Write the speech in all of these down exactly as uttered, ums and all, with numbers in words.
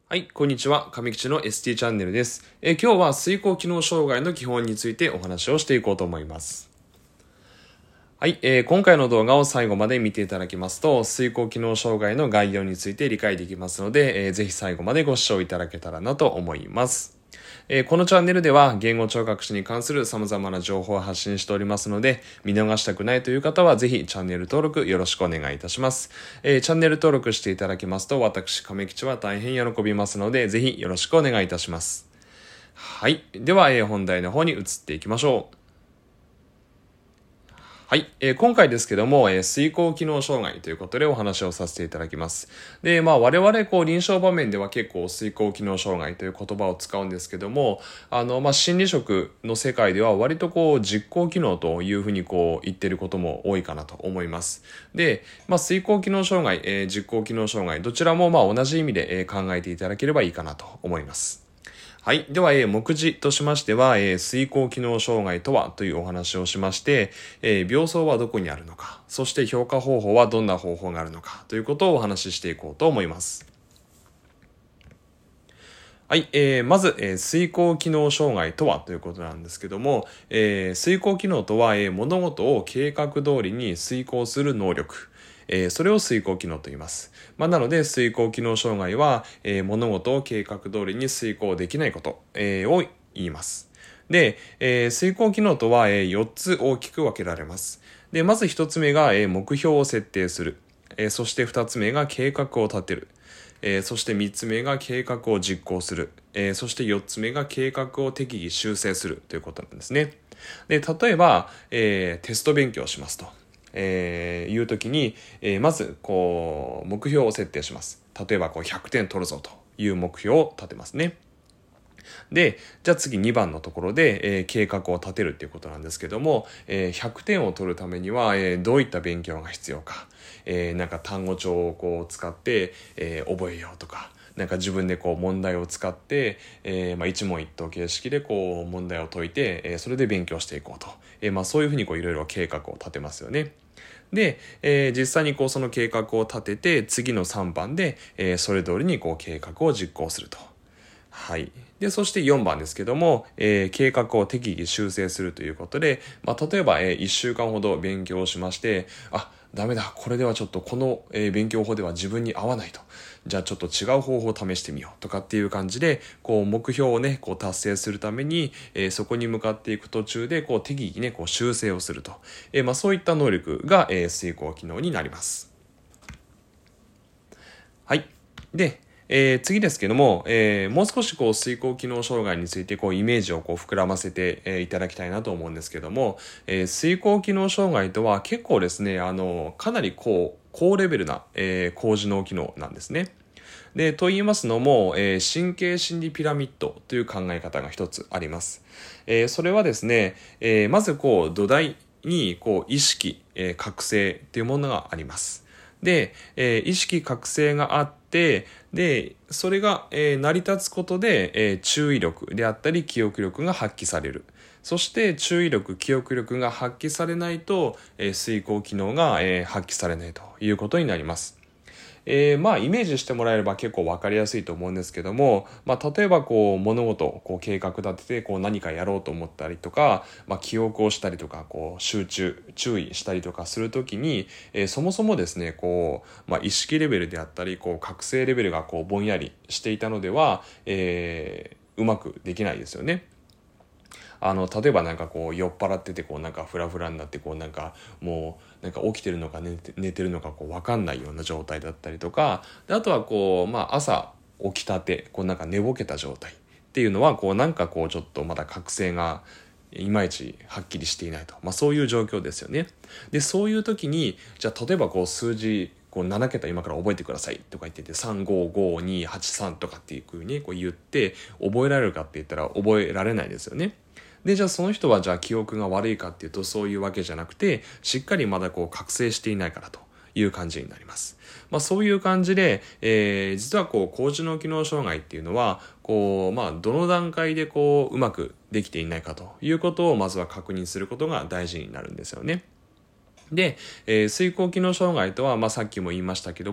はい、こんにちは。上吉の エスティー チャンネルです。えー今日は遂行機能障害の基本についてお話をしていこうと思います。はい、えー今回の動画を最後まで見ていただきますと、遂行機能障害の概要について理解できますので、えーぜひ最後までご視聴いただけたらなと思います。えーこのチャンネルでは言語聴覚士に関する様々な情報を発信しておりますので、見逃したくないという方はぜひチャンネル登録よろしくお願いいたします。えーチャンネル登録していただきますと、私、亀吉は大変喜びますので、ぜひよろしくお願いいたします。はい。では、えー本題の方に移っていきましょう。はい、えー今回ですけども、えー遂行機能障害ということでお話をさせていただきます。で、まあ我々こう臨床場面では結構遂行機能障害という言葉を使うんですけども、あのまあ心理職の世界では割とこう実行機能というふうにこう言ってることも多いかなと思います。で、まあ遂行機能障害、えー実行機能障害どちらもまあ同じ意味で、えー考えていただければいいかなと思います。はい。では、えー目次としましては、えー遂行機能障害とはというお話をしまして、えー病巣はどこにあるのか、そして評価方法はどんな方法があるのかということをお話ししていこうと思います。はい。えーまず、えー遂行機能障害とはということなんですけども、えー遂行機能とは、えー物事を計画通りに遂行する能力。えーそれを遂行機能と言います。まあ、なので、遂行機能障害は、えー物事を計画通りに遂行できないこと、えーを言います。で、えー遂行機能とは、えーよっつ大きく分けられます。で、まずひとつめが、えー目標を設定する。えーそしてふたつめが計画を立てる。えーそしてみっつめが計画を実行する。えーそしてよっつめが計画を適宜修正するということなんですね。で、例えば、えーテスト勉強をしますと。えーいうときに、えーまず、こう、目標を設定します。例えば、こう、ひゃくてん取るぞという目標を立てますね。で、じゃあ次にばんのところで、えー計画を立てるっていうことなんですけども、えーひゃくてんを取るためには、えーどういった勉強が必要か、えーなんか単語帳をこう使って、えー覚えようとか、なんか自分でこう問題を使って、えーまあ、一問一答形式でこう問題を解いて、えーそれで勉強していこうと。えーまあ、そういうふうにこういろいろ計画を立てますよね。で、えー実際にこうその計画を立てて、次のさんばんで、えーそれ通りにこう計画を実行すると。はい。で、そしてよんばんですけども、えー計画を適宜修正するということで、まあ、例えば、えーいっしゅうかんほど勉強をしまして、あ、ダメだ、これではちょっとこの、えー勉強法では自分に合わないと。じゃあちょっと違う方法を試してみようとかっていう感じで、こう目標をね、こう達成するために、えーそこに向かっていく途中で、こう適宜ね、こう修正をすると。えーまあ、そういった能力が、えー遂行機能になります。はい。で、えー次ですけども、えーもう少しこう遂行機能障害についてこうイメージをこう膨らませて、えーいただきたいなと思うんですけども、えー遂行機能障害とは結構ですね、あの、かなりこう、高レベルな、えー高次脳機能なんですね。で、と言いますのも、えー神経心理ピラミッドという考え方が一つあります。えーそれはですね、えーまずこう土台にこう意識、えー覚醒というものがあります。で、えー意識覚醒があって、で、それが、えー成り立つことで、えー注意力であったり記憶力が発揮される。そして注意力、記憶力が発揮されないと、えー遂行機能が、えー発揮されないということになります。えー、まあイメージしてもらえれば結構わかりやすいと思うんですけども、まあ例えばこう物事をこう計画立ててこう何かやろうと思ったりとか、まあ記憶をしたりとかこう集中、注意したりとかするときに、えーそもそもですね、こう、まあ意識レベルであったり、こう覚醒レベルがこうぼんやりしていたのでは、えーうまくできないですよね。あの例えばなんかこう酔っ払っててこうなんかフラフラになってこうなんかもうなんか起きてるのか寝て、寝てるのかこう分かんないような状態だったりとか、であとはこうまあ朝起きたてこうなんか寝ぼけた状態っていうのはこうなんかこうちょっとまだ覚醒がいまいちはっきりしていないと、まあ、そういう状況ですよね。でそういう時にじゃあ例えばこう数字こうななけた今から覚えてくださいとか言っててさんごごにはちさんとかっていう風にこう言って覚えられるかって言ったら覚えられないですよね。でじゃあその人はじゃあ記憶が悪いかっていうとそういうわけじゃなくてしっかりまだこう覚醒していないからという感じになります。まあそういう感じで、えー、実はこう高次脳機能障害っていうのはこうまあどの段階でこううまくできていないかということをまずは確認することが大事になるんですよね。で、えー、遂行機能障害とは、まあ、さっきも言いましたけども、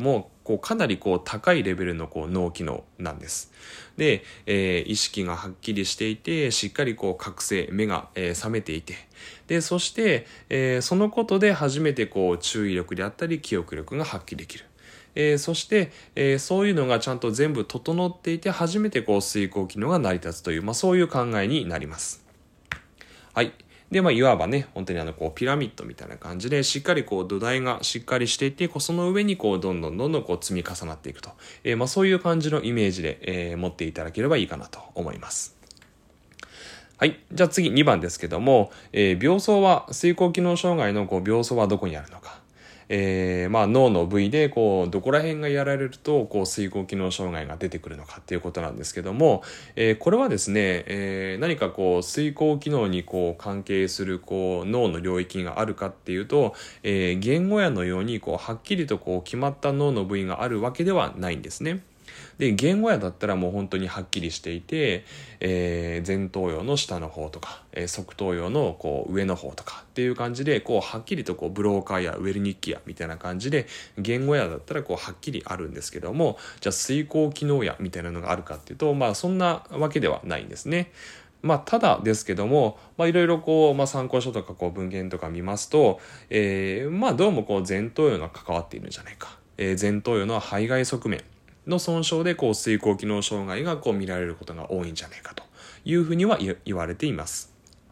こうかなりこう高いレベルのこう脳機能なんです。で、えー、意識がはっきりしていて、しっかりこう覚醒、目が、えー、覚めていて、で、そして、えー、そのことで初めてこう注意力であったり記憶力が発揮できる。えー、そして、えー、そういうのがちゃんと全部整っていて初めてこう遂行機能が成り立つという、まあ、そういう考えになります。はい。で、まあ、いわばね、本当にあの、こう、ピラミッドみたいな感じで、しっかりこう、土台がしっかりしていて、こうその上にこう、どんどんどんどんこう、積み重なっていくと。えー、まあ、そういう感じのイメージで、えー、持っていただければいいかなと思います。はい。じゃあ次にばんですけども、えー、病巣は、遂行機能障害のこう病巣はどこにあるのか。えー、まあ脳の部位でこうどこら辺がやられるとこう遂行機能障害が出てくるのかっていうことなんですけども、えー、これはですね、えー、何かこう遂行機能にこう関係するこう脳の領域があるかっていうと、えー、言語野のようにこうはっきりとこう決まった脳の部位があるわけではないんですね。で、言語野だったらもう本当にはっきりしていて、えー、前頭葉の下の方とか、えー、側頭葉のこう上の方とかっていう感じで、こうはっきりとこうブローカーやウェルニッキやみたいな感じで、言語野だったらこうはっきりあるんですけども、じゃあ遂行機能野みたいなのがあるかっていうと、まあそんなわけではないんですね。まあ、ただですけども、まあ、いろいろこう、まあ、参考書とかこう文献とか見ますと、えー、まあ、どうもこう前頭葉が関わっているんじゃないか。えー、前頭葉の背外側面の損傷でこう遂行機能障害がこう見られることが多いんじゃないかというふうには言われています。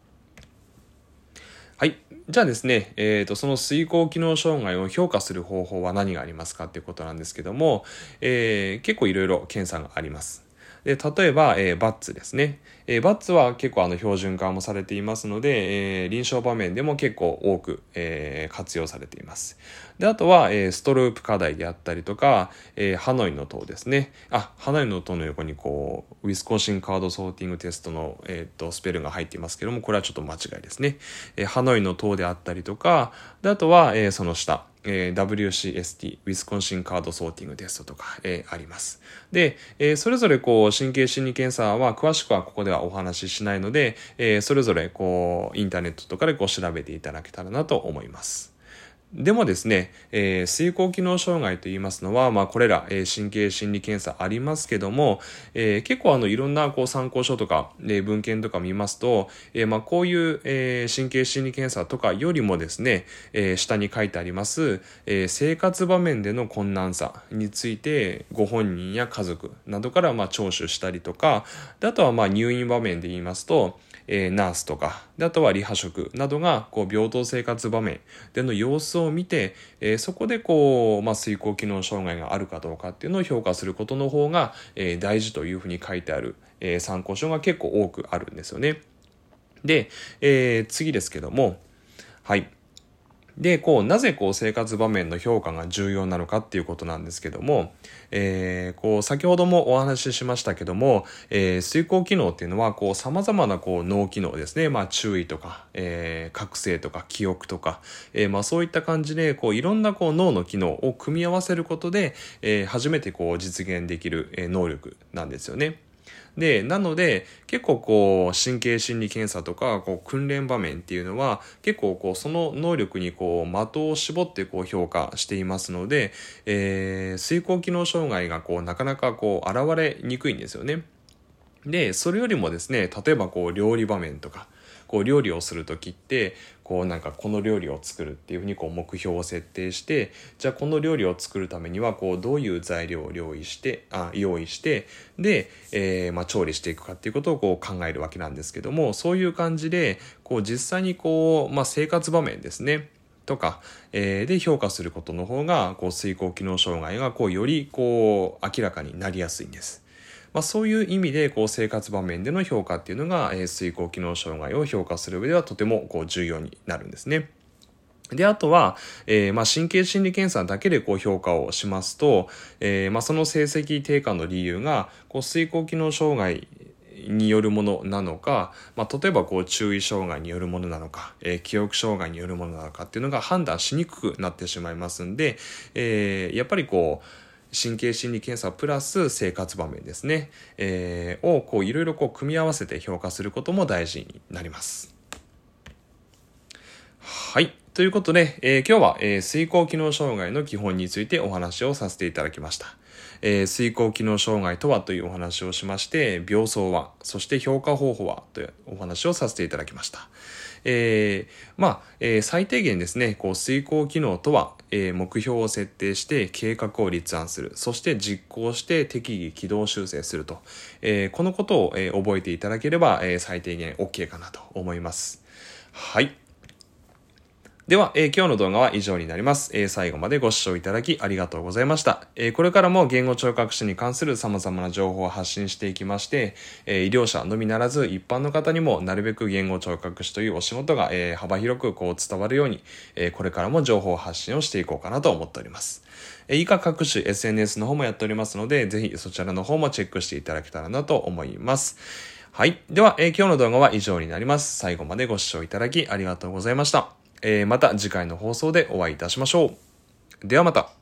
はい。じゃあですね、えっと、その遂行機能障害を評価する方法は何がありますかっていうことなんですけども、えー、結構いろいろ検査があります。で、例えば、えー、バッツ ですね。えー、バッツ は結構あの標準化もされていますので、えー、臨床場面でも結構多く、えー、活用されています。で、あとは、えー、ストループ課題であったりとか、えー、ハノイの塔ですね。あ、ハノイの塔の横にこう、ウィスコンシンカードソーティングテストの、えー、っと、スペルが入っていますけども、これはちょっと間違いですね。えー、ハノイの塔であったりとか、で、あとは、えー、その下、えー、ダブリューシーエスティー、ウィスコンシンカードソーティングテストとか、えー、あります。で、えー、それぞれこう、神経心理検査は詳しくはここではお話ししないので、えー、それぞれこう、インターネットとかでこう調べていただけたらなと思います。でもですね、えー、遂行機能障害といいますのは、まあこれら、えー、神経心理検査ありますけども、えー、結構あのいろんなこう参考書とか、えー、文献とか見ますと、えー、まあこういう、えー、神経心理検査とかよりもですね、えー、下に書いてあります、えー、生活場面での困難さについてご本人や家族などからまあ聴取したりとか、であとはまあ入院場面で言いますと、えー、ナースとか、であとはリハ職などがこう病棟生活場面での様子を見て、えー、そこでこう、まあ、遂行機能障害があるかどうかっていうのを評価することの方が、えー、大事というふうに書いてある、えー、参考書が結構多くあるんですよね。で、えー、次ですけども、はい。で、こう、なぜこう生活場面の評価が重要なのかっていうことなんですけども、えー、こう、先ほどもお話ししましたけども、えー、遂行機能っていうのは、こう、様々なこう、脳機能ですね。まあ、注意とか、えー、覚醒とか、記憶とか、えー、まあ、そういった感じで、こう、いろんなこう、脳の機能を組み合わせることで、えー、初めてこう、実現できる、えー、能力なんですよね。で、なので、結構こう、神経心理検査とか、こう、訓練場面っていうのは、結構こう、その能力にこう、的を絞ってこう、評価していますので、えー、遂行機能障害がこう、なかなかこう、現れにくいんですよね。で、それよりもですね、例えばこう、料理場面とか、こう料理をするときってこうなんかこの料理を作るっていうふうにこう目標を設定して、じゃあこの料理を作るためにはこうどういう材料を用意してあ用意してで、えー、まあ調理していくかっていうことをこう考えるわけなんですけども、そういう感じでこう実際にこう、まあ、生活場面ですねとか、えー、で評価することの方がこう遂行機能障害がこうよりこう明らかになりやすいんです。まあ、そういう意味でこう生活場面での評価っていうのが、えー、遂行機能障害を評価する上ではとてもこう重要になるんですね。で、あとは、えー、まあ神経心理検査だけでこう評価をしますと、えー、まあその成績低下の理由がこう遂行機能障害によるものなのか、まあ、例えばこう注意障害によるものなのか、えー、記憶障害によるものなのかっていうのが判断しにくくなってしまいますんで、えー、やっぱりこう神経心理検査プラス生活場面ですね、えー、をこういろいろこう組み合わせて評価することも大事になります。はい。 ということで、えー、今日は、えー、遂行機能障害の基本についてお話をさせていただきました。えー、遂行機能障害とはというお話をしまして、病巣は、そして評価方法はというお話をさせていただきました。えー、まあ、えー、最低限ですね、こう、遂行機能とは、えー、目標を設定して計画を立案する。そして実行して適宜軌道修正すると。えー、このことを、えー、覚えていただければ、えー、最低限 OK かなと思います。はい。では、えー、今日の動画は以上になります、えー。最後までご視聴いただきありがとうございました。えー、これからも言語聴覚士に関する様々な情報を発信していきまして、えー、医療者のみならず一般の方にもなるべく言語聴覚士というお仕事が、えー、幅広くこう伝わるように、えー、これからも情報発信をしていこうかなと思っております。えー、以下各種 エスエヌエス の方もやっておりますので、ぜひそちらの方もチェックしていただけたらなと思います。はい。では、えー、今日の動画は以上になります。最後までご視聴いただきありがとうございました。えー、また次回の放送でお会いいたしましょう。ではまた。